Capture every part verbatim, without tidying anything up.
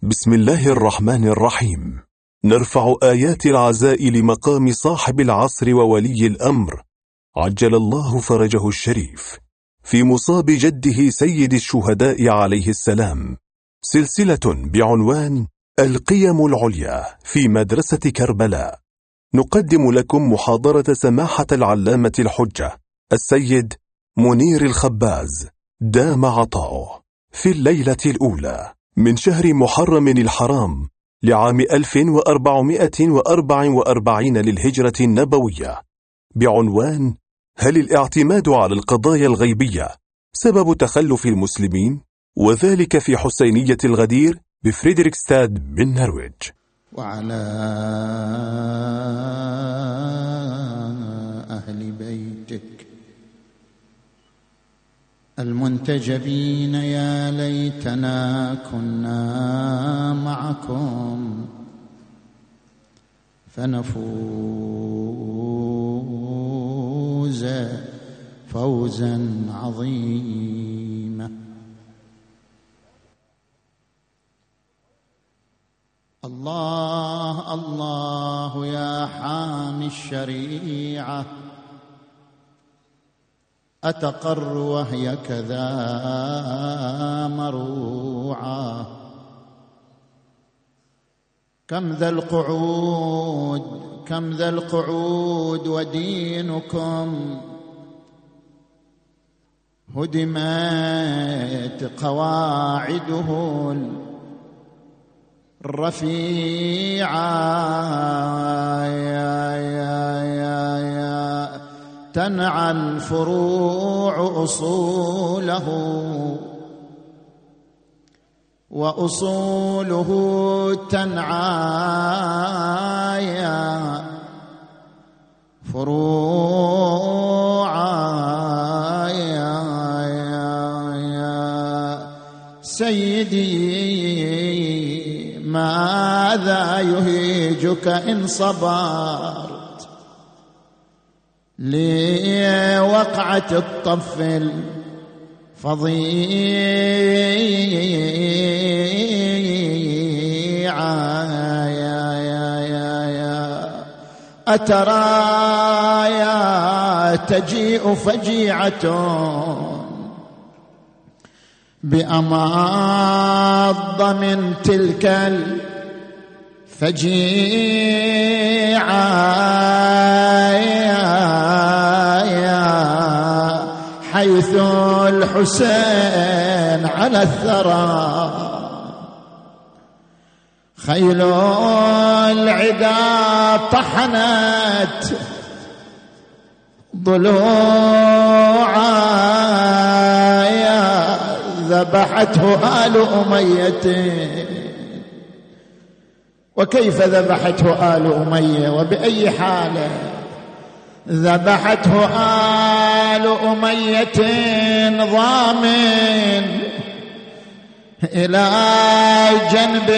بسم الله الرحمن الرحيم. نرفع آيات العزاء لمقام صاحب العصر وولي الأمر عجل الله فرجه الشريف في مصاب جده سيد الشهداء عليه السلام، سلسلة بعنوان القيم العليا في مدرسة كربلاء. نقدم لكم محاضرة سماحة العلامة الحجة السيد منير الخباز دام عطاؤه في الليلة الأولى من شهر محرم الحرام لعام ألف وأربعمائة وأربعة وأربعين للهجرة النبوية، بعنوان: هل الاعتماد على القضايا الغيبية سبب تخلف المسلمين؟ وذلك في حسينية الغدير بفريدريكستاد بالنرويج. وعلى أهل بيتك المنتجبين يا ليتنا كنا معكم فنفوز فوزا عظيما. الله الله يا حامي الشريعة، أتقر وهي كذا مروعة. كم ذا القعود كم ذا القعود ودينكم هدمت قواعده الرفيعة. يا يا يا يا تنعى الفروع أصوله وأصوله تنعى يا فروعا. يا يا يا سيدي ماذا يهيجك إن صبرت لوقعة الطف الفظيعة. يا يا يا يا أترى يا تجيء فجيعة بأماض من تلك الفجيعة. حيث الحسين على الثرى خيل العدا طحنت ضلوعا. ذبحته آل أمية. وكيف ذبحته آل أمية وبأي حالة؟ ذبحته آل أمية ضامن إلى جنب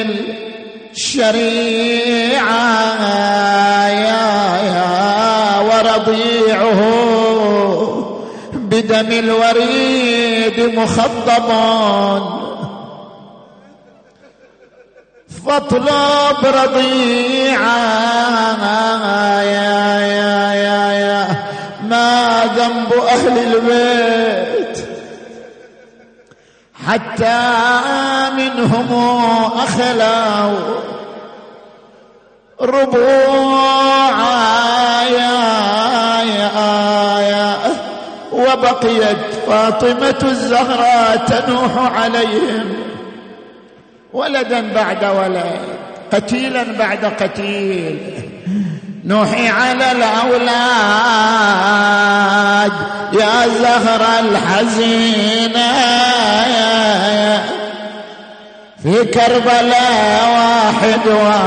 الشريعة. يا يا ورضيعه بدم الوريد مخضب فاطلب رضيعا. يا يا يا يا ما ذنب أهل البيت حتى منهم أخلوا ربوعا. يا يا يا وبقيت فاطمة الزهراء تنوح عليهم ولدا بعد ولد، قتيلا بعد قتيل. نوحي على الأولاد يا زهرة الحزينة في كربلاء واحد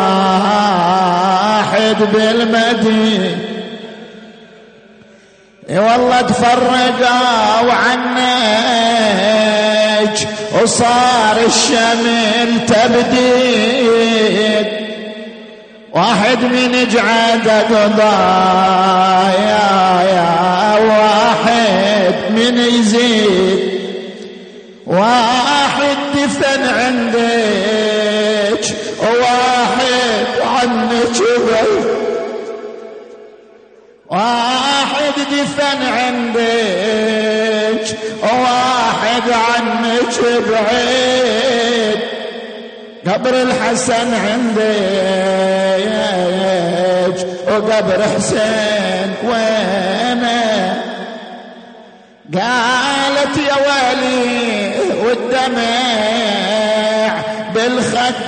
واحد بالمدينة. والله تفرقوا عنك وصار الشمل تبديد. واحد من جعدك ضايع واحد من يزيد واحد دفن عندك ضيفا عندك واحد عنك بعيد، قبر الحسن عندك وقبر حسين وينه؟ قالت يا ويلي والدمع بالخد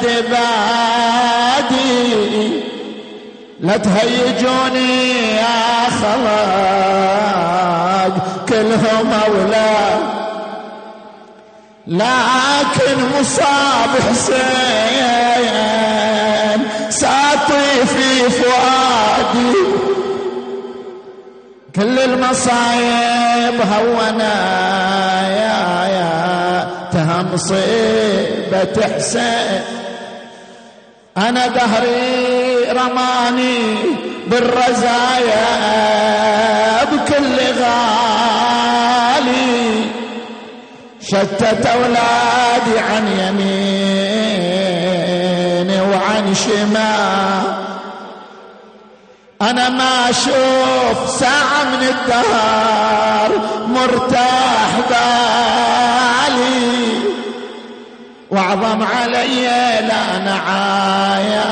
بادي، لا تهيجوني يا خلاق كلهم أولاد، لكن مصاب حسين ساطي في فؤادي، كل المصايب هونا يا يا تهم مصيبة حسين. أنا دهري رماني بالرزايا بكل غالي، شتت أولادي عن يميني وعن شمال، أنا ما أشوف ساعة من الدهر مرتاح بالي، وأعظم علي لا نعايا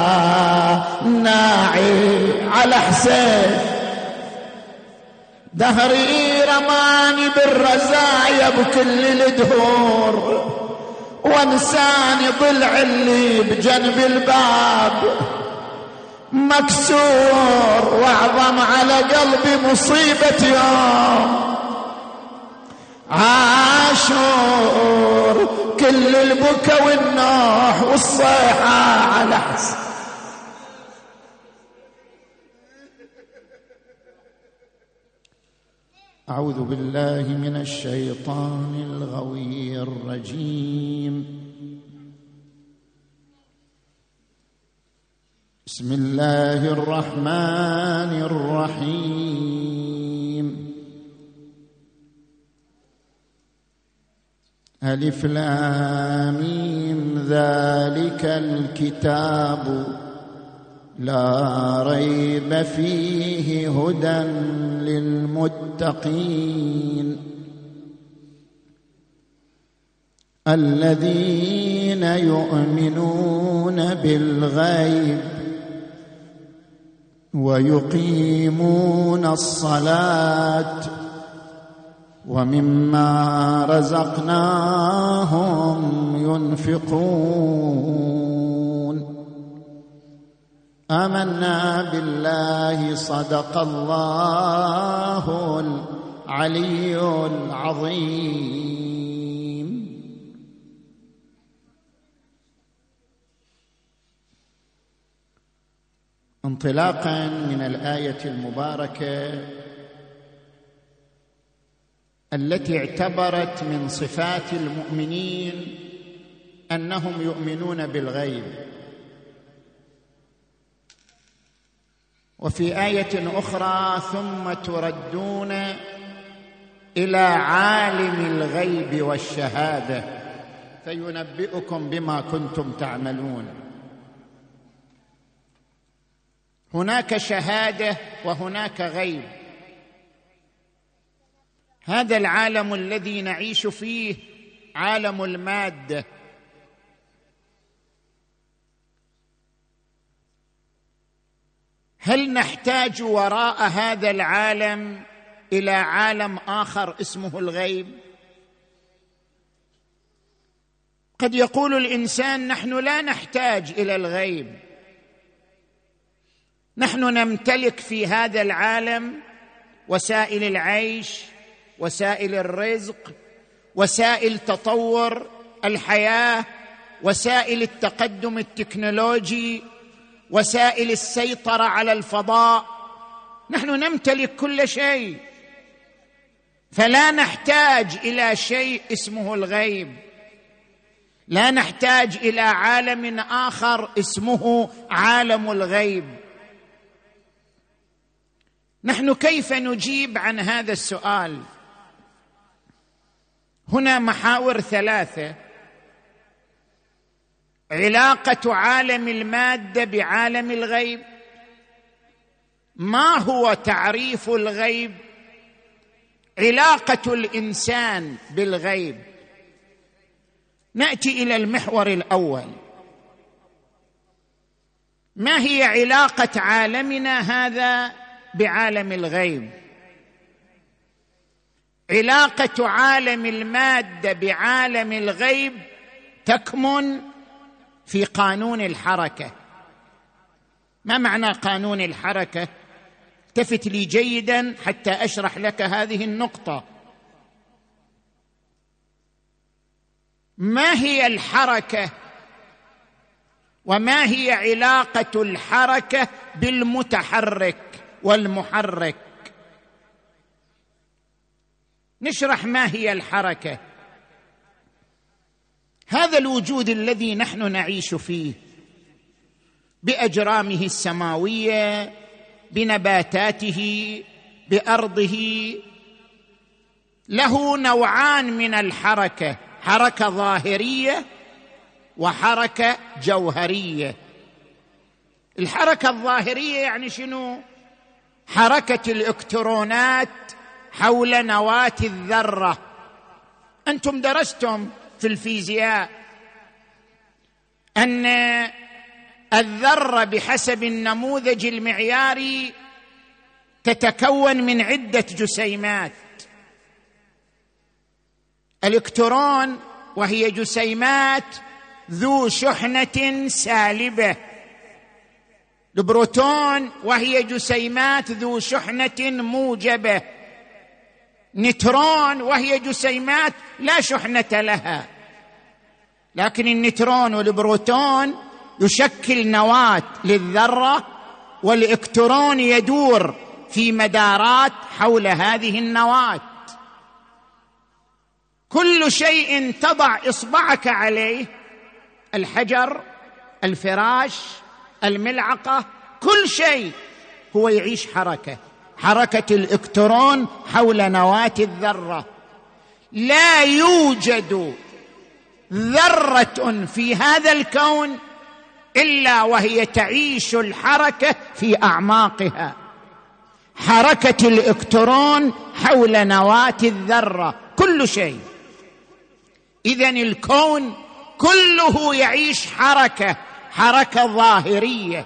ناعي على حسين. دهري رماني بالرزايا بكل الدهور، وانساني ضلع اللي بجنب الباب مكسور، واعظم على قلبي مصيبة يوم عاشور، كل البكا والنوح والصيحة على حسن. أعوذ بالله من الشيطان الغوي الرجيم. بسم الله الرحمن الرحيم. ألف لام ميم ذلك الكتاب لا ريب فيه هدى للمتقين الذين يؤمنون بالغيب ويقيمون الصلاة ومما رزقناهم ينفقون آمنا بالله صدق الله العلي العظيم. انطلاقا من الآية المباركة التي اعتبرت من صفات المؤمنين أنهم يؤمنون بالغيب، وفي آية أخرى ثم تردون إلى عالم الغيب والشهادة فينبئكم بما كنتم تعملون. هناك شهادة وهناك غيب. هذا العالم الذي نعيش فيه عالم المادة، هل نحتاج وراء هذا العالم إلى عالم آخر اسمه الغيب؟ قد يقول الإنسان نحن لا نحتاج إلى الغيب، نحن نمتلك في هذا العالم وسائل العيش، وسائل الرزق، وسائل تطور الحياة، وسائل التقدم التكنولوجي، وسائل السيطرة على الفضاء، نحن نمتلك كل شيء، فلا نحتاج إلى شيء اسمه الغيب، لا نحتاج إلى عالم آخر اسمه عالم الغيب. نحن كيف نجيب عن هذا السؤال؟ هنا محاور ثلاثة: علاقة عالم المادة بعالم الغيب، ما هو تعريف الغيب علاقة الإنسان بالغيب. نأتي إلى المحور الأول: ما هي علاقة عالمنا هذا بعالم الغيب؟ علاقة عالم المادة بعالم الغيب تكمن في قانون الحركة. ما معنى قانون الحركة؟ التفت لي جيدا حتى أشرح لك هذه النقطة. ما هي الحركة وما هي علاقة الحركة بالمتحرك والمحرك؟ نشرح ما هي الحركة. هذا الوجود الذي نحن نعيش فيه بأجرامه السماوية، بنباتاته، بأرضه، له نوعان من الحركة: حركة ظاهرية وحركة جوهرية. الحركة الظاهرية يعني شنو؟ حركة الإلكترونات حول نواة الذرة. أنتم درستم في الفيزياء أن الذرة بحسب النموذج المعياري تتكون من عدة جسيمات. الإلكترون وهي جسيمات ذو شحنة سالبة، البروتون وهي جسيمات ذو شحنة موجبة، نيوترون وهي جسيمات لا شحنة لها. لكن النيوترون والبروتون يشكل نواة للذرة، والإلكترون يدور في مدارات حول هذه النواة. كل شيء تضع إصبعك عليه، الحجر، الفراش، الملعقة، كل شيء هو يعيش حركة، حركة الإلكترون حول نواة الذرة. لا يوجد ذرة في هذا الكون إلا وهي تعيش الحركة في أعماقها، حركة الإلكترون حول نواة الذرة، كل شيء. إذن الكون كله يعيش حركة، حركة ظاهرية.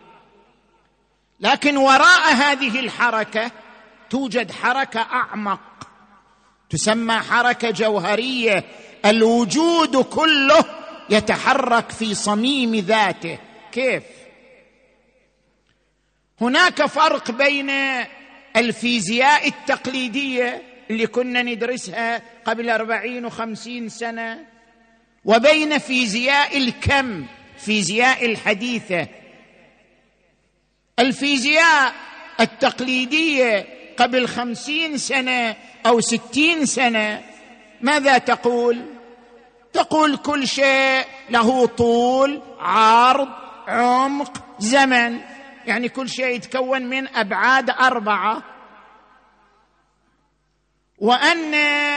لكن وراء هذه الحركة توجد حركة أعمق تسمى حركة جوهرية. الوجود كله يتحرك في صميم ذاته. كيف؟ هناك فرق بين الفيزياء التقليدية اللي كنا ندرسها قبل أربعين وخمسين سنة وبين فيزياء الكم، فيزياء الحديثة. الفيزياء التقليدية قبل خمسين سنة أو ستين سنة ماذا تقول؟ تقول كل شيء له طول، عرض، عمق، زمن، يعني كل شيء يتكون من أبعاد أربعة، وأن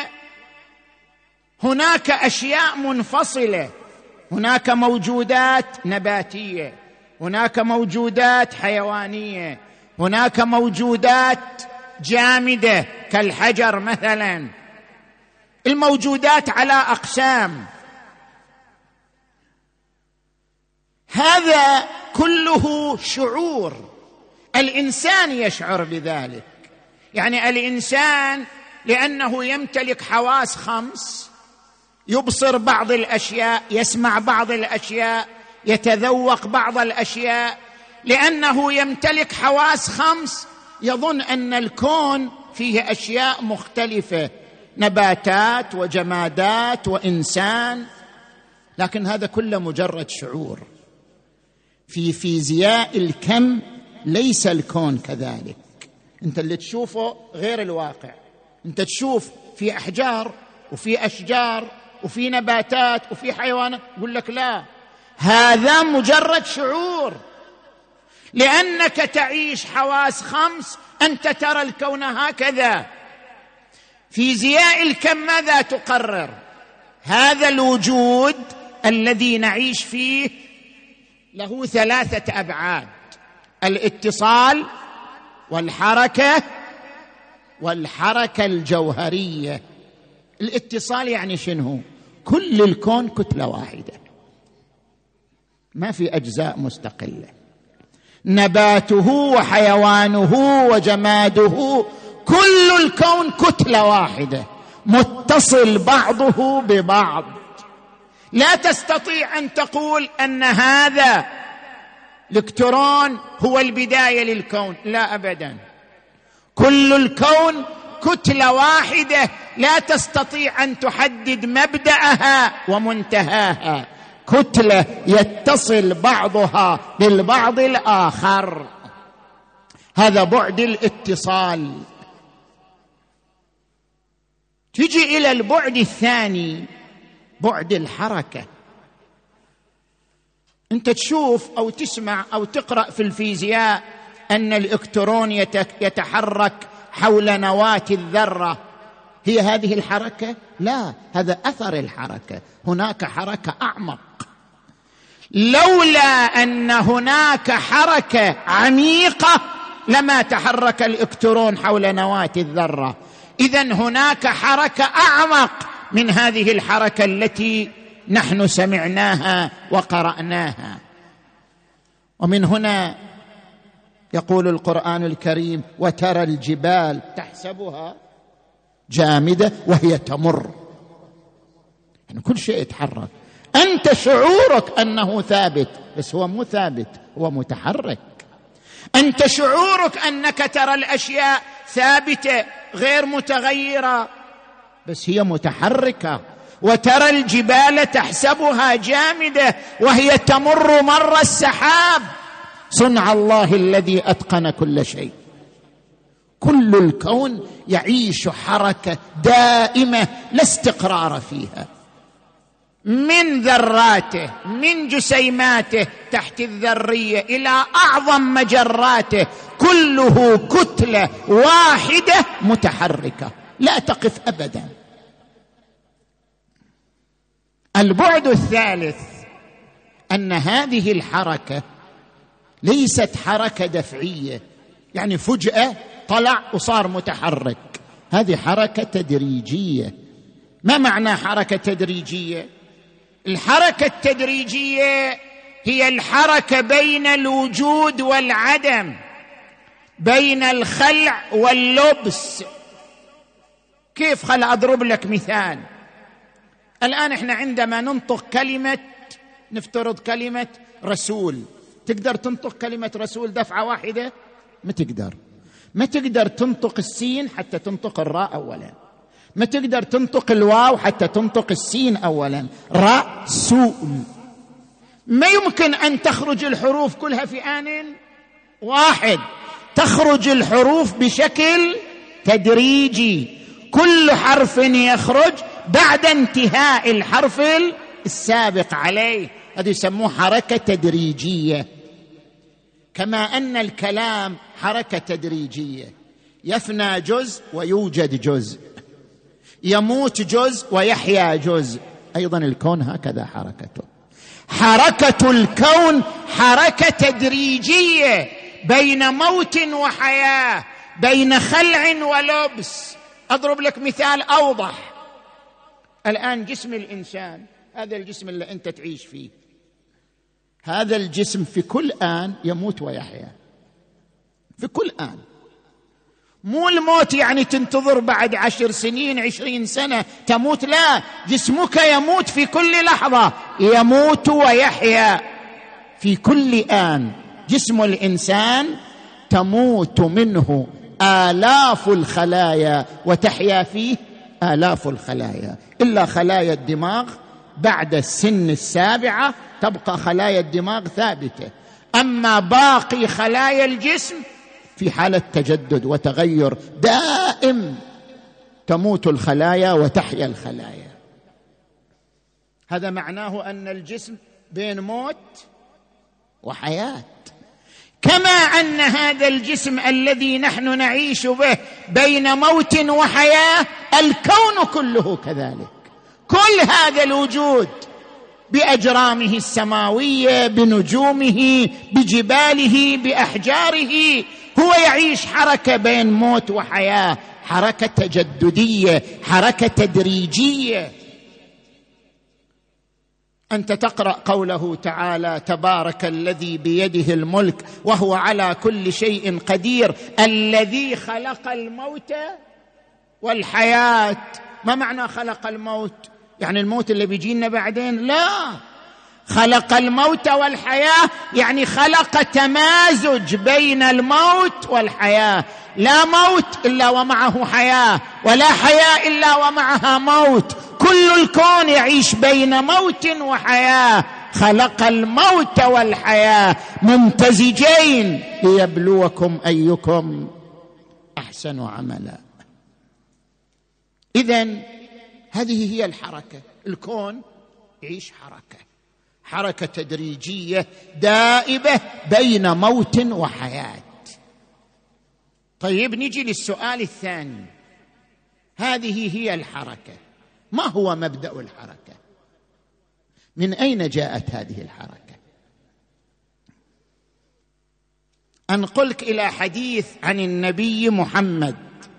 هناك أشياء منفصلة، هناك موجودات نباتية، هناك موجودات حيوانية، هناك موجودات جامدة كالحجر مثلا. الموجودات على أقسام. هذا كله شعور، الإنسان يشعر بذلك. يعني الإنسان لأنه يمتلك حواس خمس، يبصر بعض الأشياء، يسمع بعض الأشياء، يتذوق بعض الأشياء. لأنه يمتلك حواس خمس يظن أن الكون فيه أشياء مختلفة، نباتات وجمادات وإنسان، لكن هذا كله مجرد شعور. في فيزياء الكم ليس الكون كذلك. أنت اللي تشوفه غير الواقع. أنت تشوف في أحجار وفي أشجار وفي نباتات وفي حيوانات، يقول لك لا، هذا مجرد شعور، لأنك تعيش حواس خمس، أنت ترى الكون هكذا. فيزياء الكم ماذا تقرر؟ هذا الوجود الذي نعيش فيه له ثلاثة أبعاد: الاتصال والحركة والحركة الجوهرية. الاتصال يعني شنو؟ كل الكون كتلة واحدة، ما في أجزاء مستقلة، نباته وحيوانه وجماده، كل الكون كتلة واحدة متصل بعضه ببعض. لا تستطيع أن تقول أن هذا الإلكترون هو البداية للكون، لا أبدا، كل الكون كتلة واحدة، لا تستطيع أن تحدد مبدأها ومنتهاها، كتلة يتصل بعضها بالبعض الآخر. هذا بعد الاتصال. تجي إلى البعد الثاني، بعد الحركة. أنت تشوف أو تسمع أو تقرأ في الفيزياء أن الإلكترون يتحرك حول نواة الذرة، هي هذه الحركة؟ لا، هذا أثر الحركة، هناك حركة أعمق. لولا أن هناك حركة عميقة لما تحرك الإلكترون حول نواة الذرة. إذن هناك حركة أعمق من هذه الحركة التي نحن سمعناها وقرأناها. ومن هنا يقول القرآن الكريم: وترى الجبال تحسبها جامدة وهي تمر. يعني كل شيء يتحرك، أنت شعورك أنه ثابت، بس هو مو ثابت، هو متحرك. أنت شعورك أنك ترى الأشياء ثابتة غير متغيرة، بس هي متحركة. وترى الجبال تحسبها جامدة وهي تمر مر السحاب، صنع الله الذي أتقن كل شيء. كل الكون يعيش حركة دائمة لا استقرار فيها، من ذراته، من جسيماته تحت الذرية إلى أعظم مجراته، كله كتلة واحدة متحركة لا تقف أبدا. البعد الثالث أن هذه الحركة ليست حركة دفعية، يعني فجأة طلع وصار متحرك، هذه حركة تدريجية. ما معنى حركة تدريجية؟ الحركة التدريجية هي الحركة بين الوجود والعدم، بين الخلع واللبس. كيف؟ خل أضرب لك مثال. الآن إحنا عندما ننطق كلمة، نفترض كلمة رسول، تقدر تنطق كلمة رسول دفعة واحدة؟ ما تقدر. ما تقدر تنطق السين حتى تنطق الراء أولا، ما تقدر تنطق الواو حتى تنطق السين أولا. رسول، ما يمكن أن تخرج الحروف كلها في آن واحد، تخرج الحروف بشكل تدريجي، كل حرف يخرج بعد انتهاء الحرف السابق عليه، هذا يسموه حركة تدريجية. كما أن الكلام حركة تدريجية، يفنى جزء ويوجد جزء، يموت جزء ويحيا جزء، أيضا الكون هكذا حركته. حركة الكون حركة تدريجية، بين موت وحياة، بين خلع ولبس. أضرب لك مثال أوضح. الآن جسم الإنسان، هذا الجسم اللي أنت تعيش فيه، هذا الجسم في كل آن يموت ويحيا، في كل آن. مو الموت يعني تنتظر بعد عشر سنين عشرين سنة تموت، لا، جسمك يموت في كل لحظة، يموت ويحيا في كل آن. جسم الإنسان تموت منه آلاف الخلايا وتحيا فيه آلاف الخلايا، إلا خلايا الدماغ بعد السن السابعة تبقى خلايا الدماغ ثابتة، أما باقي خلايا الجسم في حالة تجدد وتغير دائم، تموت الخلايا وتحيا الخلايا. هذا معناه أن الجسم بين موت وحياة. كما أن هذا الجسم الذي نحن نعيش به بين موت وحياة، الكون كله كذلك. كل هذا الوجود بأجرامه السماوية، بنجومه، بجباله، بأحجاره، هو يعيش حركة بين موت وحياة، حركة تجددية، حركة تدريجية. أنت تقرأ قوله تعالى: تبارك الذي بيده الملك وهو على كل شيء قدير الذي خلق الموت والحياة. ما معنى خلق الموت؟ يعني الموت اللي بيجينا بعدين؟ لا، خلق الموت والحياة يعني خلق تمازج بين الموت والحياة. لا موت إلا ومعه حياة، ولا حياة إلا ومعها موت. كل الكون يعيش بين موت وحياة. خلق الموت والحياة ممتزجين ليبلوكم أيكم أحسن عملا. إذن هذه هي الحركة. الكون يعيش حركة، حركة تدريجية دائبة بين موت وحياة. طيب نجي للسؤال الثاني، هذه هي الحركة، ما هو مبدأ الحركة؟ من أين جاءت هذه الحركة؟ أنقلك إلى حديث عن النبي محمد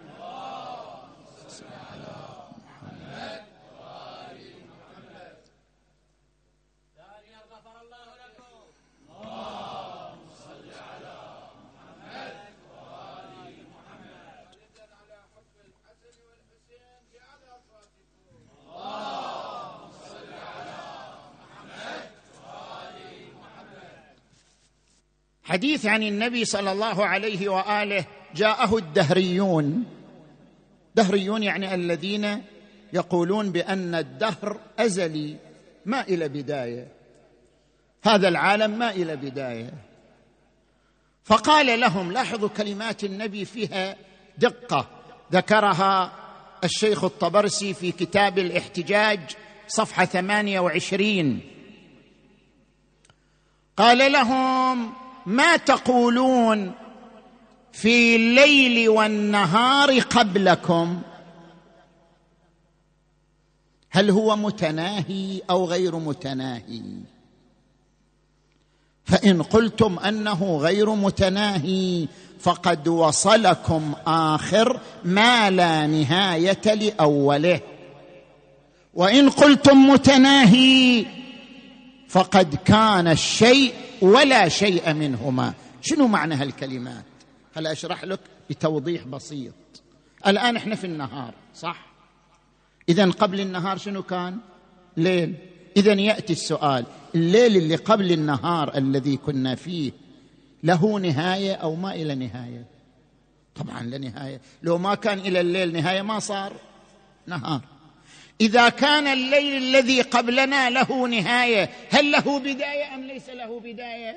حديث عن النبي صلى الله عليه وآله. جاءه الدهريون. دهريون يعني الذين يقولون بأن الدهر أزلي ما إلى بداية، هذا العالم ما إلى بداية. فقال لهم، لاحظوا كلمات النبي فيها دقة، ذكرها الشيخ الطبرسي في كتاب الاحتجاج صفحة ثمانية وعشرين. قال لهم: ما تقولون في الليل والنهار قبلكم؟ هل هو متناهي أو غير متناهي؟ فإن قلتم أنه غير متناهي فقد وصلكم آخر ما لا نهاية لأوله، وإن قلتم متناهي فقد كان الشيء ولا شيء منهما. شنو معنى هالكلمات؟ هل أشرح لك بتوضيح بسيط. الآن احنا في النهار، صح؟ إذن قبل النهار شنو كان؟ ليل. إذن يأتي السؤال، الليل اللي قبل النهار الذي كنا فيه له نهاية أو ما إلى نهاية؟ طبعا لا نهاية. لو ما كان إلى الليل نهاية ما صار نهار. إذا كان الليل الذي قبلنا له نهاية، هل له بداية أم ليس له بداية؟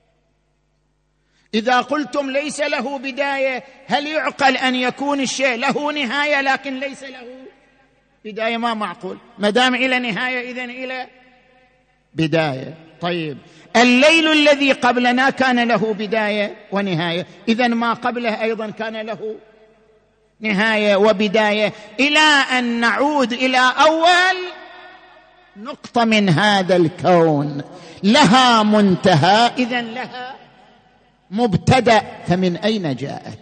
إذا قلتم ليس له بداية، هل يعقل أن يكون الشيء له نهاية لكن ليس له بداية؟ ما معقول. ما دام إلى نهاية إذن إلى بداية. طيب الليل الذي قبلنا كان له بداية ونهاية، إذن ما قبله أيضا كان له نهاية وبداية، إلى أن نعود إلى أول نقطة من هذا الكون لها منتهى، إذن لها مبتدأ. فمن أين جاءت؟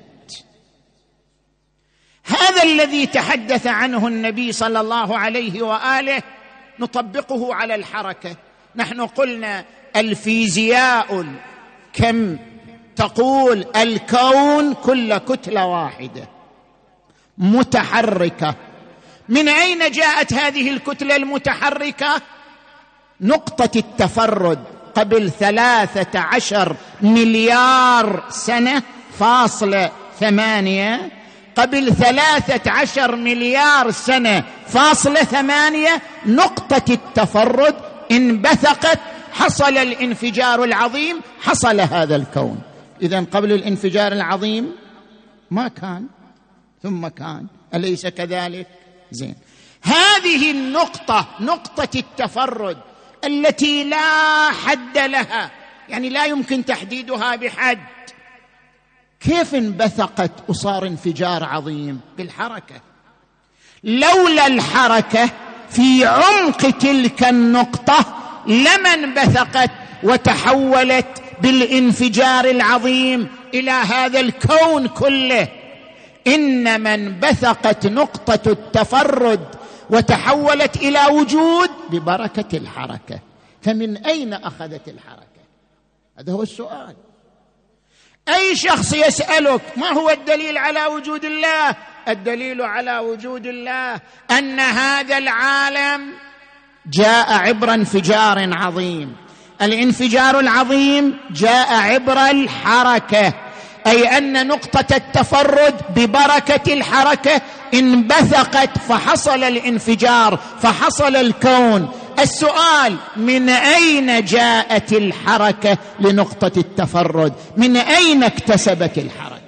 هذا الذي تحدث عنه النبي صلى الله عليه وآله نطبقه على الحركة. نحن قلنا الفيزياء كم تقول الكون كل كتلة واحدة متحركة. من أين جاءت هذه الكتلة المتحركة؟ نقطة التفرد قبل ثلاثة عشر مليار سنة فاصلة ثمانية، قبل ثلاثة عشر مليار سنة فاصلة ثمانية نقطة التفرد انبثقت، حصل الانفجار العظيم، حصل هذا الكون. إذن قبل الانفجار العظيم ما كان ثم كان، أليس كذلك؟ زين. هذه النقطة، نقطة التفرد التي لا حد لها، يعني لا يمكن تحديدها بحد، كيف انبثقت وصار انفجار عظيم؟ بالحركة. لولا الحركة في عمق تلك النقطة لما انبثقت وتحولت بالانفجار العظيم إلى هذا الكون كله. إنما انبثقت نقطة التفرد وتحولت إلى وجود ببركة الحركة. فمن أين أخذت الحركة؟ هذا هو السؤال. أي شخص يسألك ما هو الدليل على وجود الله؟ الدليل على وجود الله أن هذا العالم جاء عبر انفجار عظيم. الانفجار العظيم جاء عبر الحركة، أي أن نقطة التفرد ببركة الحركة انبثقت فحصل الانفجار، فحصل الكون. السؤال: من أين جاءت الحركة لنقطة التفرد؟ من أين اكتسبت الحركة؟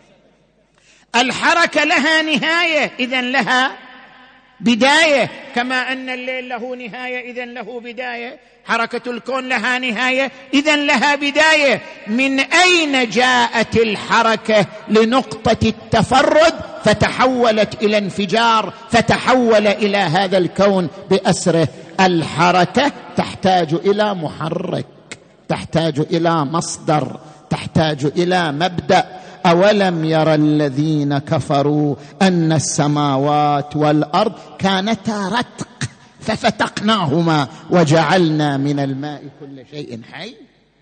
الحركة لها نهاية، إذن لها بداية، كما أن الليل له نهاية إذن له بداية. حركة الكون لها نهاية إذن لها بداية. من أين جاءت الحركة لنقطة التفرد فتحولت إلى انفجار، فتحول إلى هذا الكون بأسره؟ الحركة تحتاج إلى محرك، تحتاج إلى مصدر، تحتاج إلى مبدأ. أولم يرى الذين كفروا أن السماوات والأرض كانتا رتق ففتقناهما وجعلنا من الماء كل شيء حي.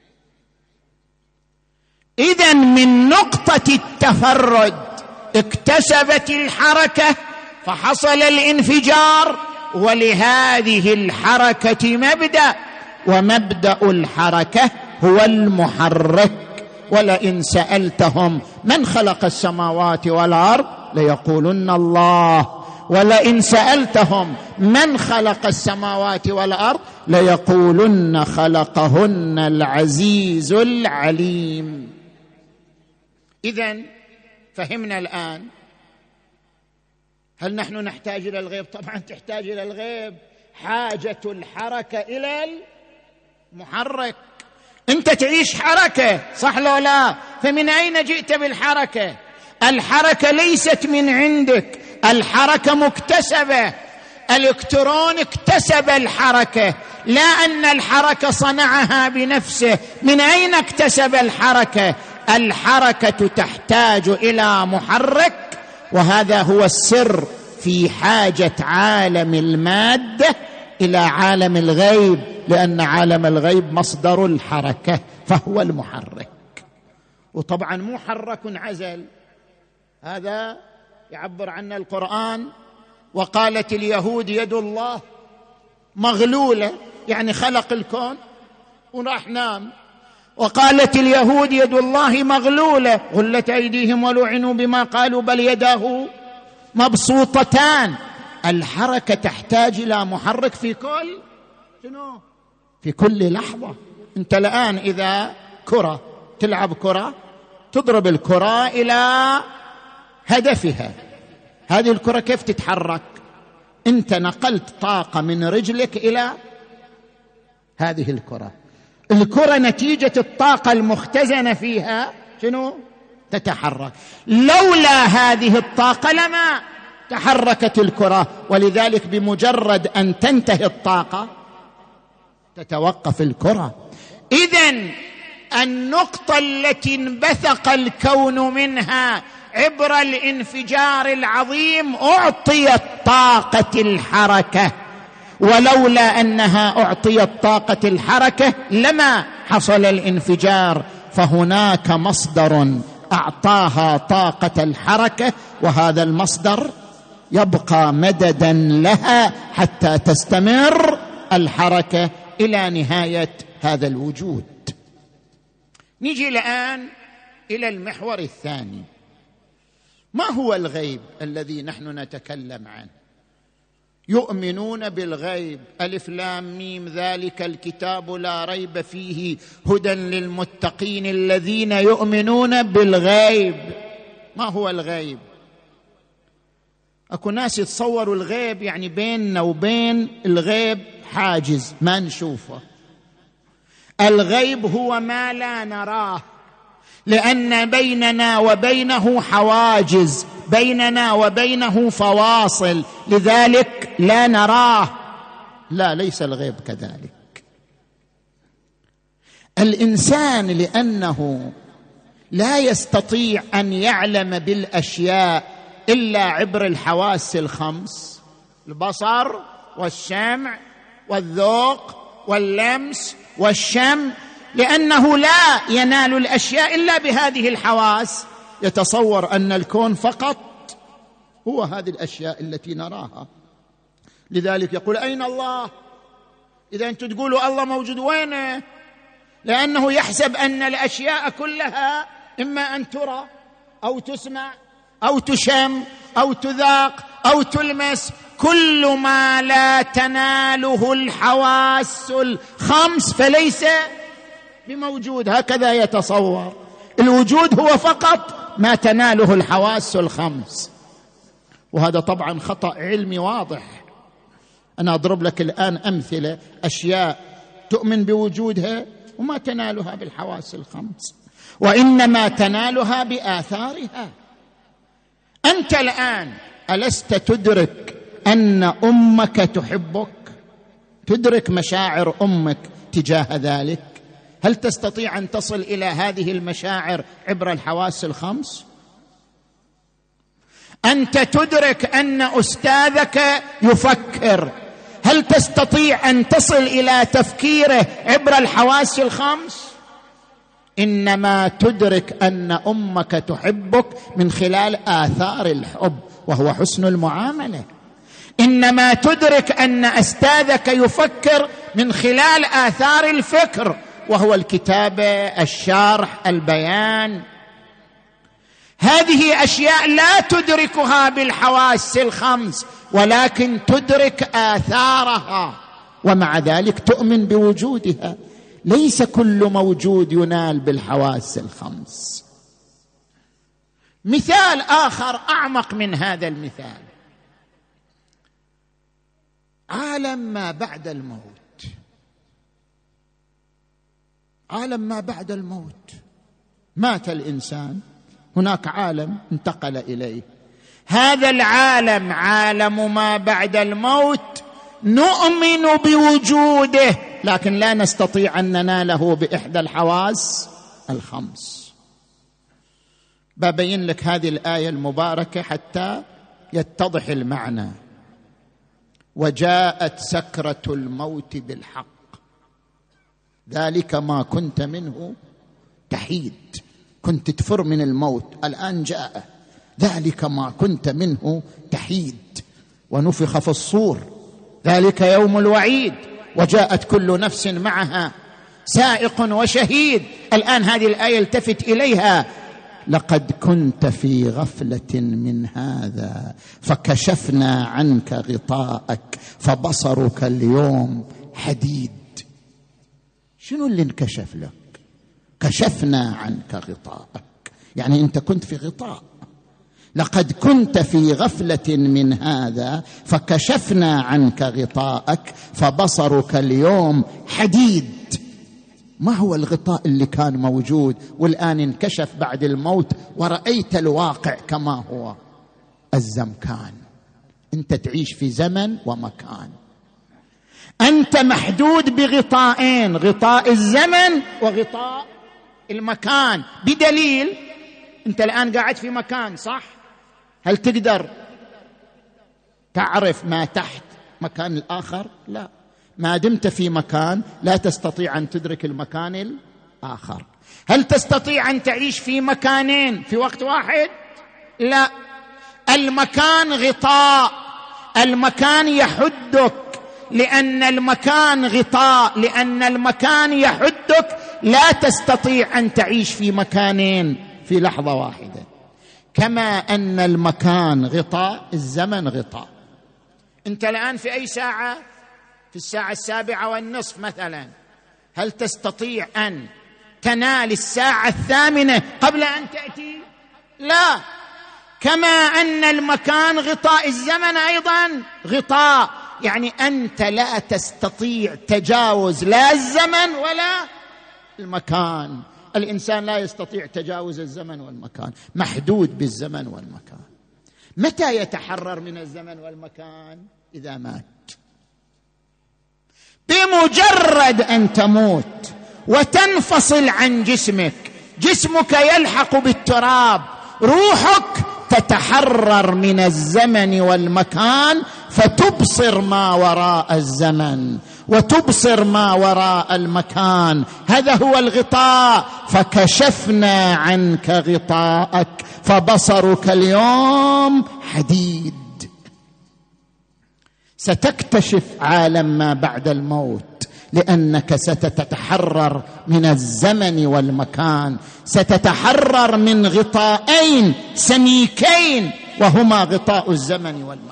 إذن من نقطة التفرد اكتسبت الحركة فحصل الانفجار، ولهذه الحركة مبدأ، ومبدأ الحركة هو المحرك. ولئن سألتهم من خلق السماوات والأرض ليقولن الله، ولئن سألتهم من خلق السماوات والأرض ليقولن خلقهن العزيز العليم. إذن فهمنا الآن. هل نحن نحتاج إلى الغيب؟ طبعا تحتاج إلى الغيب. حاجة الحركة إلى المحرك. أنت تعيش حركة، صح لو لا؟ فمن أين جئت بالحركة؟ الحركة ليست من عندك، الحركة مكتسبة. الإلكترون اكتسب الحركة، لا أن الحركة صنعها بنفسه. من أين اكتسب الحركة؟ الحركة تحتاج إلى محرك، وهذا هو السر في حاجة عالم المادة إلى عالم الغيب، لأن عالم الغيب مصدر الحركة فهو المحرك. وطبعا مو حرك عزل، هذا يعبر عنه القرآن. وقالت اليهود يد الله مغلولة، يعني خلق الكون وراح نام. وقالت اليهود يد الله مغلولة غلت أيديهم ولعنوا بما قالوا بل يداه مبسوطتان. الحركة تحتاج إلى محرك في كل شنو؟ في كل لحظة. أنت الآن إذا كرة تلعب كرة، تضرب الكرة إلى هدفها، هذه الكرة كيف تتحرك؟ أنت نقلت طاقة من رجلك إلى هذه الكرة. الكرة نتيجة الطاقة المختزنة فيها شنو؟ تتحرك. لولا هذه الطاقة لما تحركت الكرة، ولذلك بمجرد أن تنتهي الطاقة تتوقف الكرة. إذن النقطة التي انبثق الكون منها عبر الانفجار العظيم أعطيت طاقة الحركة، ولولا أنها أعطيت طاقة الحركة لما حصل الانفجار. فهناك مصدر أعطاها طاقة الحركة، وهذا المصدر يبقى مددا لها حتى تستمر الحركة إلى نهاية هذا الوجود. نيجي الآن إلى المحور الثاني. ما هو الغيب الذي نحن نتكلم عنه؟ يؤمنون بالغيب، ألف لام ميم ذلك الكتاب لا ريب فيه هدى للمتقين الذين يؤمنون بالغيب. ما هو الغيب؟ أكو ناس يتصوروا الغيب يعني بيننا وبين الغيب حاجز ما نشوفه. الغيب هو ما لا نراه، لأن بيننا وبينه حواجز، بيننا وبينه فواصل، لذلك لا نراه. لا، ليس الغيب كذلك. الإنسان لأنه لا يستطيع أن يعلم بالأشياء إلا عبر الحواس الخمس، البصر والسمع والذوق واللمس والشم، لأنه لا ينال الأشياء إلا بهذه الحواس، يتصور أن الكون فقط هو هذه الأشياء التي نراها. لذلك يقول أين الله؟ إذا أنتم تقولوا الله موجود وينه؟ لأنه يحسب أن الأشياء كلها إما أن ترى أو تسمع أو تشم أو تذاق أو تلمس، كل ما لا تناله الحواس الخمس فليس بموجود. هكذا يتصور الوجود هو فقط ما تناله الحواس الخمس، وهذا طبعا خطأ علمي واضح. أنا أضرب لك الآن أمثلة أشياء تؤمن بوجودها وما تنالها بالحواس الخمس، وإنما تنالها بآثارها. أنت الآن ألست تدرك أن أمك تحبك؟ تدرك مشاعر أمك تجاه ذلك؟ هل تستطيع أن تصل إلى هذه المشاعر عبر الحواس الخمس؟ أنت تدرك أن أستاذك يفكر، هل تستطيع أن تصل إلى تفكيره عبر الحواس الخمس؟ إنما تدرك أن أمك تحبك من خلال آثار الحب، وهو حسن المعاملة. إنما تدرك أن أستاذك يفكر من خلال آثار الفكر، وهو الكتابة، الشرح، البيان. هذه أشياء لا تدركها بالحواس الخمس، ولكن تدرك آثارها، ومع ذلك تؤمن بوجودها. ليس كل موجود ينال بالحواس الخمس. مثال آخر أعمق من هذا المثال، عالم ما بعد الموت. عالم ما بعد الموت، مات الإنسان، هناك عالم انتقل إليه. هذا العالم عالم ما بعد الموت نؤمن بوجوده، لكن لا نستطيع أن نناله بإحدى الحواس الخمس. ببين لك هذه الآية المباركة حتى يتضح المعنى. وجاءت سكرة الموت بالحق ذلك ما كنت منه تحيد. كنت تفر من الموت، الآن جاء ذلك ما كنت منه تحيد. ونفخ في الصور ذلك يوم الوعيد، وجاءت كل نفس معها سائق وشهيد. الآن هذه الآية التفت إليها، لقد كنت في غفلة من هذا فكشفنا عنك غطاءك فبصرك اليوم حديد. شنو اللي انكشف لك؟ كشفنا عنك غطاءك، يعني أنت كنت في غطاء. لقد كنت في غفلة من هذا فكشفنا عنك غطاءك فبصرك اليوم حديد. ما هو الغطاء اللي كان موجود والآن انكشف بعد الموت ورأيت الواقع كما هو؟ الزمكان. أنت تعيش في زمن ومكان، أنت محدود بغطائين، غطاء الزمن وغطاء المكان. بدليل أنت الآن قاعد في مكان، صح؟ هل تقدر تعرف ما تحت مكان الآخر؟ لا. ما دمت في مكان لا تستطيع أن تدرك المكان الآخر. هل تستطيع أن تعيش في مكانين في وقت واحد؟ لا. المكان غطاء، المكان يحدك. لأن المكان غطاء، لأن المكان يحدك، لا تستطيع أن تعيش في مكانين في لحظة واحدة. كما أن المكان غطاء، الزمن غطاء. أنت الآن في أي ساعة؟ في الساعة السابعة والنصف مثلا. هل تستطيع أن تنال الساعة الثامنة قبل أن تأتي؟ لا. كما أن المكان غطاء، الزمن أيضا غطاء، يعني أنت لا تستطيع تجاوز لا الزمن ولا المكان. الإنسان لا يستطيع تجاوز الزمن والمكان، محدود بالزمن والمكان. متى يتحرر من الزمن والمكان؟ إذا مات. بمجرد أن تموت وتنفصل عن جسمك. جسمك يلحق بالتراب، روحك تتحرر من الزمن والمكان فتبصر ما وراء الزمن وتبصر ما وراء المكان. هذا هو الغطاء. فكشفنا عنك غطاءك فبصرك اليوم حديد. ستكتشف عالم ما بعد الموت، لأنك ستتحرر من الزمن والمكان، ستتحرر من غطاءين سميكين وهما غطاء الزمن والمكان.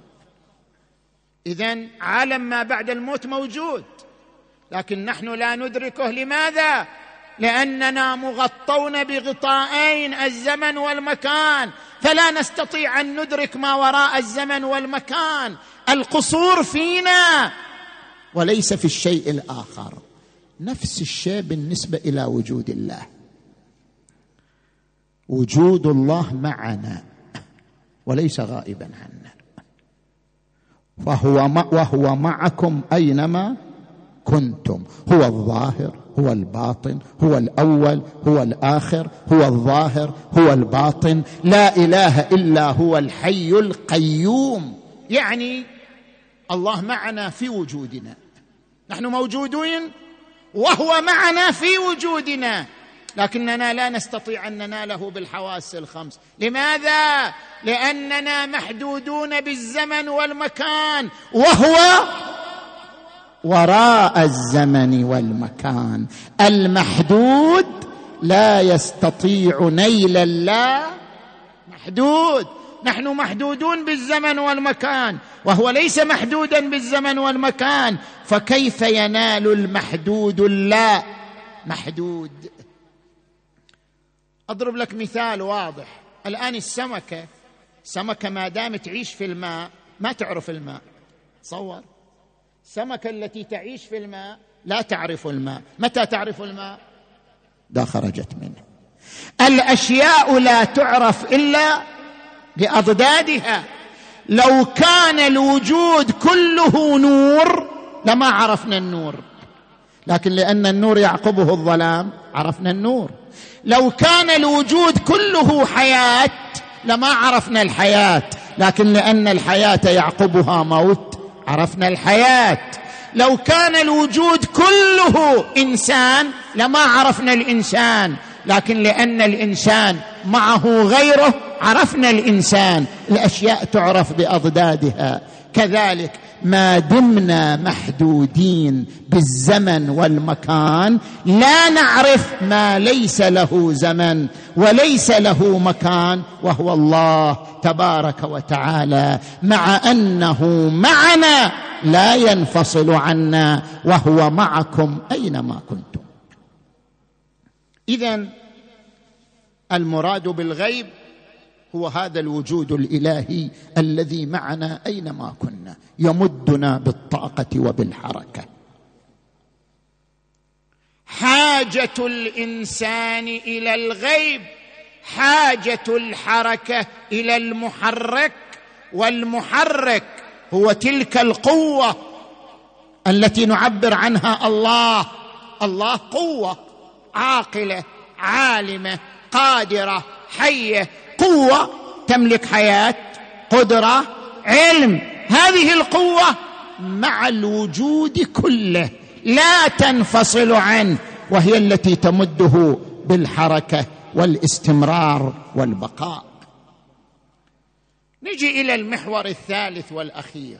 إذن عالم ما بعد الموت موجود، لكن نحن لا ندركه. لماذا؟ لأننا مغطون بغطاءين الزمن والمكان، فلا نستطيع أن ندرك ما وراء الزمن والمكان. القصور فينا وليس في الشيء الآخر. نفس الشيء بالنسبة إلى وجود الله. وجود الله معنا وليس غائبا عنا، فهو ما وهو معكم أينما كنتم. هو الظاهر، هو الباطن، هو الأول، هو الآخر، هو الظاهر، هو الباطن. لا إله إلا هو الحي القيوم. يعني الله معنا في وجودنا، نحن موجودين وهو معنا في وجودنا، لكننا لا نستطيع أن نناله بالحواس الخمس. لماذا؟ لأننا محدودون بالزمن والمكان، وهو وراء الزمن والمكان. المحدود لا يستطيع نيل الله محدود. نحن محدودون بالزمن والمكان وهو ليس محدودا بالزمن والمكان، فكيف ينال المحدود اللا محدود؟ أضرب لك مثال واضح. الآن السمكة سمكة ما دام تعيش في الماء ما تعرف الماء. تصور السمكة التي تعيش في الماء لا تعرف الماء. متى تعرف الماء؟ دا خرجت منه. الأشياء لا تعرف إلا بأضدادها. لو كان الوجود كله نور لما عرفنا النور، لكن لأن النور يعقبه الظلام عرفنا النور. لو كان الوجود كله حياة لما عرفنا الحياة، لكن لأن الحياة يعقبها موت عرفنا الحياة. لو كان الوجود كله إنسان لما عرفنا الإنسان، لكن لأن الإنسان معه غيره عرفنا الإنسان. الأشياء تعرف بأضدادها. كذلك ما دمنا محدودين بالزمن والمكان لا نعرف ما ليس له زمن وليس له مكان، وهو الله تبارك وتعالى، مع أنه معنا لا ينفصل عنا، وهو معكم أينما كنتم. إذن المراد بالغيب هو هذا الوجود الإلهي الذي معنا أينما كنا، يمدنا بالطاقة وبالحركة. حاجة الإنسان إلى الغيب حاجة الحركة إلى المحرك، والمحرك هو تلك القوة التي نعبر عنها الله. الله قوة عاقلة عالمة قادرة حية، قوة تملك حياة، قدرة، علم. هذه القوة مع الوجود كله لا تنفصل عنه، وهي التي تمده بالحركة والاستمرار والبقاء. نجي إلى المحور الثالث والأخير.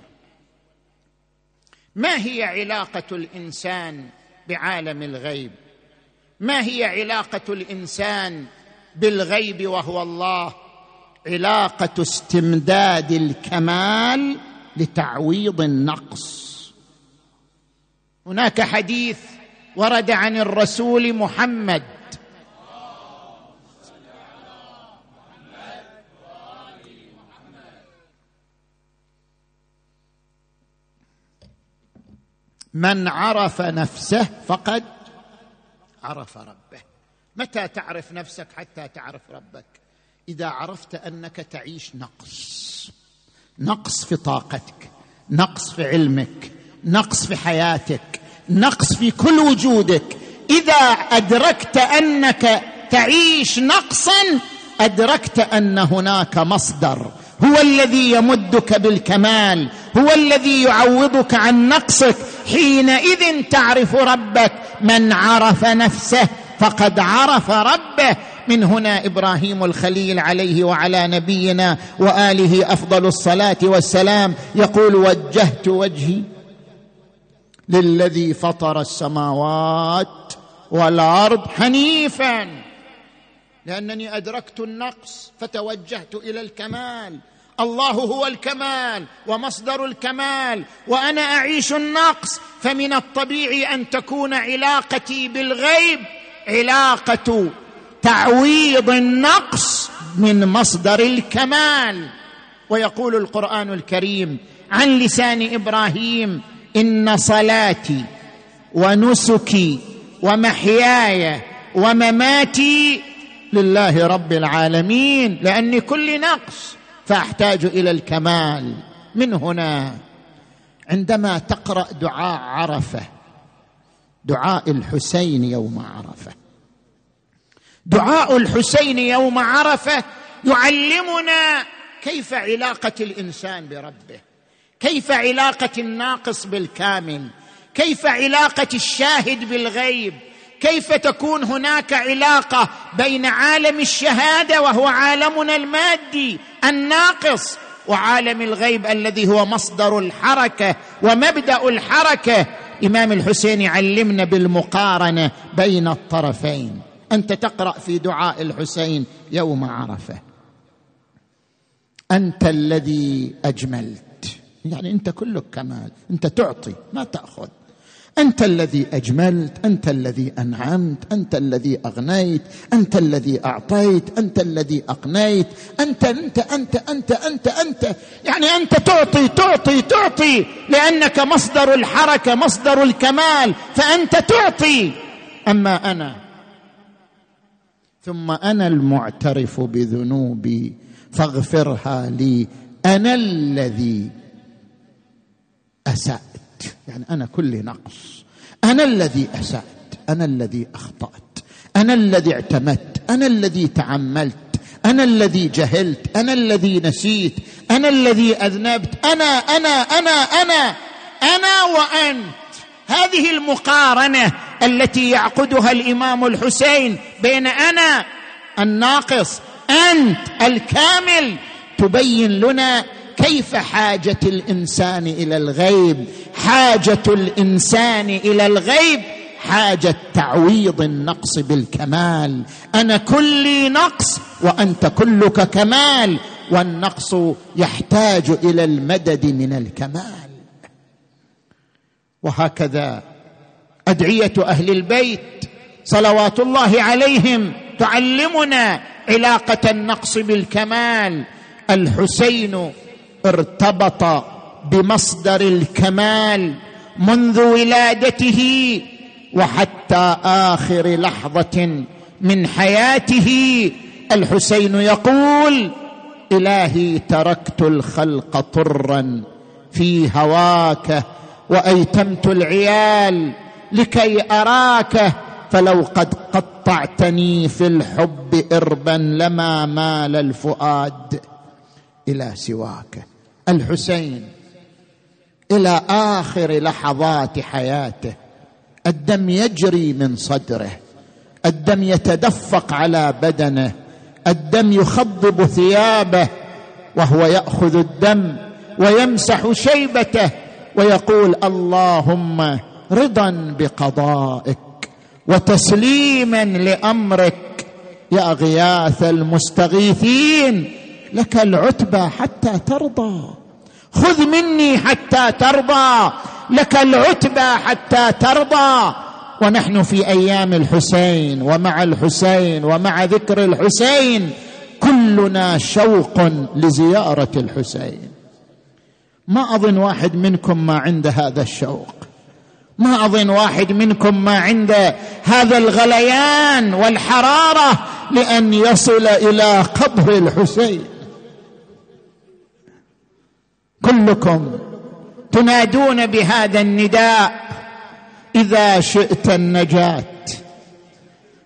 ما هي علاقة الإنسان بعالم الغيب؟ ما هي علاقة الإنسان بالغيب وهو الله؟ علاقة استمداد الكمال لتعويض النقص. هناك حديث ورد عن الرسول محمد من عرف نفسه فقد عرف ربه. متى تعرف نفسك حتى تعرف ربك؟ إذا عرفت أنك تعيش نقص، نقص في طاقتك، نقص في علمك، نقص في حياتك، نقص في كل وجودك. إذا أدركت أنك تعيش نقصا أدركت أن هناك مصدر هو الذي يمدك بالكمال، هو الذي يعوضك عن نقصك. حينئذ تعرف ربك. من عرف نفسه فقد عرف ربه. من هنا إبراهيم الخليل عليه وعلى نبينا وآله أفضل الصلاة والسلام يقول: وجهت وجهي للذي فطر السماوات والأرض حنيفا، لأنني أدركت النقص فتوجهت إلى الكمال. الله هو الكمال ومصدر الكمال، وأنا أعيش النقص، فمن الطبيعي أن تكون علاقتي بالغيب علاقة تعويض النقص من مصدر الكمال. ويقول القرآن الكريم عن لسان إبراهيم: إن صلاتي ونسكي ومحياي ومماتي لله رب العالمين، لأني كل نقص فأحتاج إلى الكمال. من هنا عندما تقرأ دعاء عرفة، دعاء الحسين يوم عرفة، دعاء الحسين يوم عرفة يعلمنا كيف علاقة الإنسان بربه، كيف علاقة الناقص بالكامل، كيف علاقة الشاهد بالغيب، كيف تكون هناك علاقة بين عالم الشهادة وهو عالمنا المادي الناقص وعالم الغيب الذي هو مصدر الحركة ومبدأ الحركة. إمام الحسين يعلمنا بالمقارنة بين الطرفين. أنت تقرأ في دعاء الحسين يوم عرفة: أنت الذي أجملت، يعني أنت كلك كمال، أنت تعطي ما تأخذ. أنت الذي أجملت، أنت الذي أنعمت، أنت الذي أغنيت، أنت الذي أعطيت، أنت الذي أقنيت، أنت أنت أنت أنت أنت أنت يعني أنت تعطي تعطي تعطي، لأنك مصدر الحركة مصدر الكمال، فأنت تعطي. أما أنا ثم أنا المعترف بذنوبي فاغفرها لي، أنا الذي أسأت، يعني أنا كل نقص، أنا الذي أسأت، أنا الذي أخطأت، أنا الذي اعتمدت، أنا الذي تعملت، أنا الذي جهلت، أنا الذي نسيت، أنا الذي أذنبت، أنا أنا أنا أنا أنا وأنت. هذه المقارنة التي يعقدها الإمام الحسين بين أنا الناقص أنت الكامل تبين لنا كيف حاجة الإنسان إلى الغيب. حاجة الإنسان إلى الغيب حاجة تعويض النقص بالكمال. أنا كلي نقص وأنت كلك كمال، والنقص يحتاج إلى المدد من الكمال. وهكذا أدعية أهل البيت صلوات الله عليهم تعلمنا علاقة النقص بالكمال. الحسين ارتبط بمصدر الكمال منذ ولادته وحتى آخر لحظة من حياته. الحسين يقول: إلهي تركت الخلق طرا في هواك وأيتمت العيال لكي أراك، فلو قد قطعتني في الحب إربا لما مال الفؤاد إلى سواك. الحسين إلى آخر لحظات حياته الدم يجري من صدره، الدم يتدفق على بدنه، الدم يخضب ثيابه، وهو يأخذ الدم ويمسح شيبته ويقول: اللهم رضا بقضائك وتسليما لأمرك يا غياث المستغيثين، لك العتبى حتى ترضى، خذ مني حتى ترضى، لك العتبى حتى ترضى. ونحن في أيام الحسين ومع الحسين ومع ذكر الحسين كلنا شوق لزيارة الحسين. ما أظن واحد منكم ما عنده هذا الشوق، ما أظن واحد منكم ما عنده هذا الغليان والحرارة لأن يصل إلى قبر الحسين. كلكم تنادون بهذا النداء: إذا شئت النجاة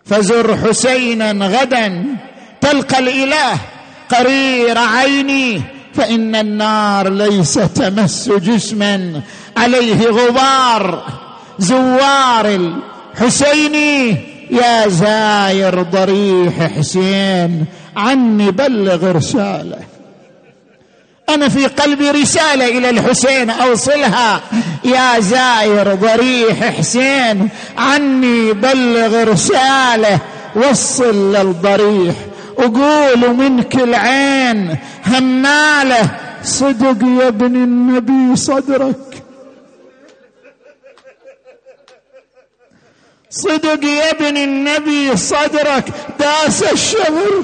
فزر حسينا غدا تلقى الإله قرير عيني، فإن النار ليس تمس جسما عليه غبار. زوار الحسيني يا زاير ضريح حسين عني بلغ رسالة. أنا في قلبي رسالة إلى الحسين أوصلها، يا زاير ضريح حسين عني بلغ رسالة. وصل للضريح وقول منك العين همالة، صدق يا ابن النبي صدرك، صدق يا ابن النبي صدرك داس الشمر.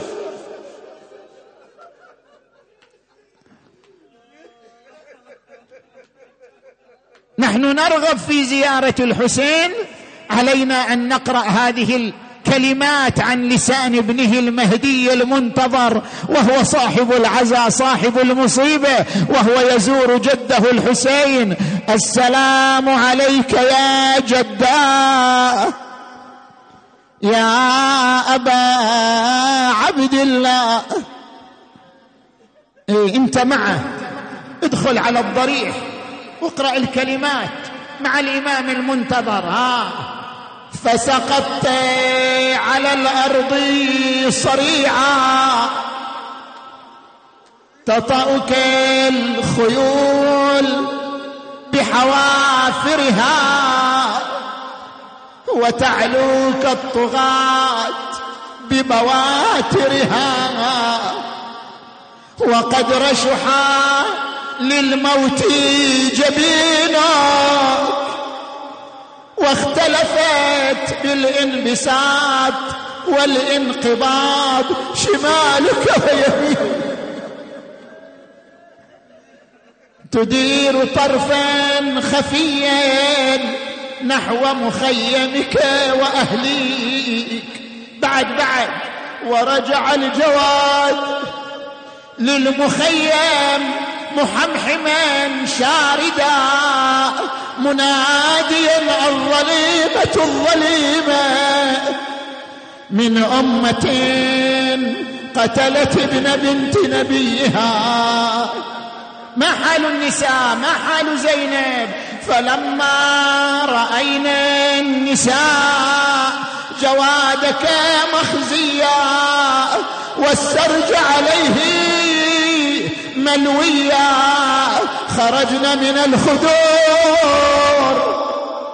نحن نرغب في زيارة الحسين، علينا أن نقرأ هذه الكلمات عن لسان ابنه المهدي المنتظر، وهو صاحب العزاء صاحب المصيبة، وهو يزور جده الحسين. السلام عليك يا جدا يا أبا عبد الله. إيه انت معه، ادخل على الضريح واقرأ الكلمات مع الإمام المنتظر. ها فسقطت على الأرض صريعا تطأك الخيول بحوافرها، وتعلوك الطغاة ببواترها، وقد رشحا للموت جبينك، واختلفت بالانبساط والانقباض شمالك ويمينك. تدير طرفا خفيا نحو مخيمك وأهليك. بعد بعد ورجع الجواد للمخيم محمحما شاردا مناديا الظليمة الظليمة من أمة قتلت ابن بنت نبيها. ما حال النساء؟ ما حال زينب؟ فلما رأينا النساء جوادك مخزيا والسرج عليه ملويا، خرجنا من الخدور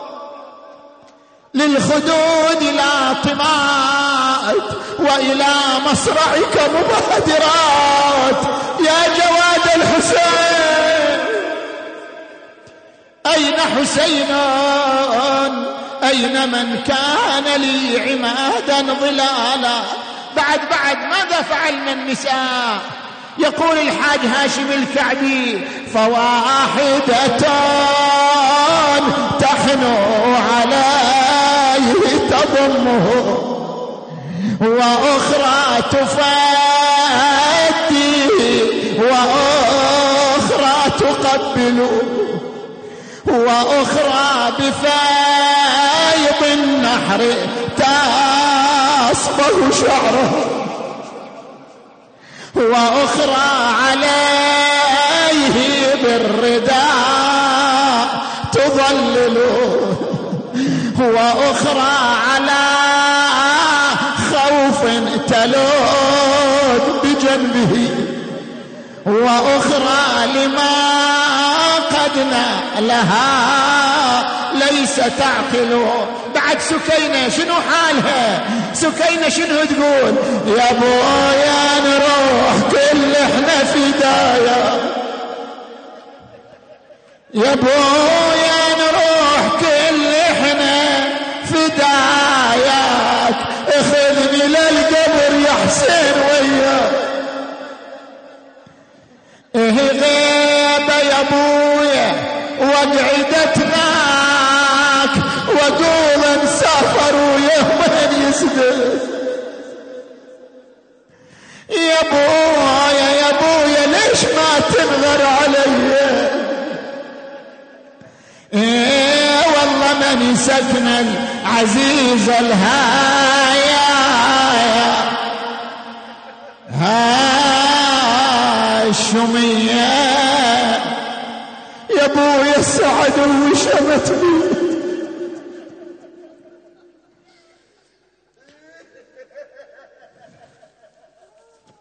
للخدود لا طمات، وإلى مصرعك مبادرات. يا جواد الحسين أين حسين؟ أين من كان لي عمادا ظلالا؟ بعد بعد ماذا فعلنا النساء؟ يقول الحاج هاشم الكعبي فواحدة تحنو عليه تضمه، وأخرى تفادي، وأخرى تقبل، وأخرى بفايض النحر تصبغ شعره، وأخرى عليه بالرداء تظلله، وأخرى على خوف تلود بجنبه، وأخرى لما قد نالها ليس تعقله. بعد سكينة شنو حالها؟ سكينة شنو تقول؟ يا بويا نروح كل احنا فدايا، يا بويا نروح كل احنا فداياك، اخذني للقبر يا حسين وياك. ايه غيبة يا بويا وقعدتناك، وقول انسافروا يومين يسدد. يا بويا يا بويا ليش ما تنغر علي؟ ايه والله ماني سكن العزيز الهاية،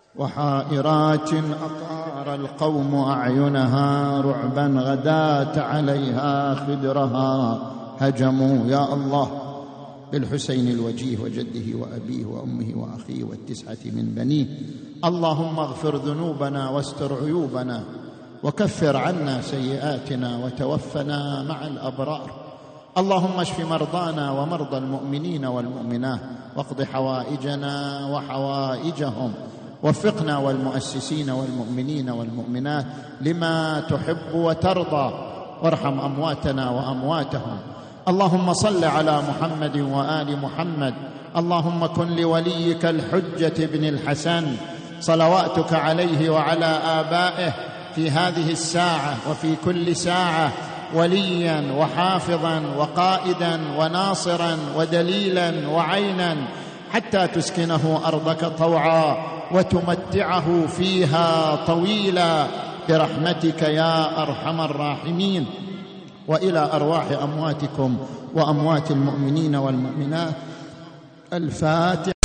وحائرات أطار القوم أعينها رعبا غدات عليها خدرها هجموا. يا الله بالحسين الوجيه وجده وأبيه وأمه وأخيه والتسعة من بنيه، اللهم اغفر ذنوبنا واستر عيوبنا وكفر عنا سيئاتنا وتوفنا مع الأبرار. اللهم اشف مرضانا ومرضى المؤمنين والمؤمنات واقض حوائجنا وحوائجهم، وفقنا والمؤسسين والمؤمنين والمؤمنات لما تحب وترضى، وارحم أمواتنا وأمواتهم. اللهم صل على محمد وآل محمد. اللهم كن لوليك الحجة بن الحسن صلواتك عليه وعلى آبائه في هذه الساعة وفي كل ساعة وليا وحافظا وقائدا وناصرا ودليلا وعينا، حتى تسكنه أرضك طوعا وتمتعه فيها طويلا برحمتك يا أرحم الراحمين. وإلى أرواح أمواتكم وأموات المؤمنين والمؤمنات الفاتحة.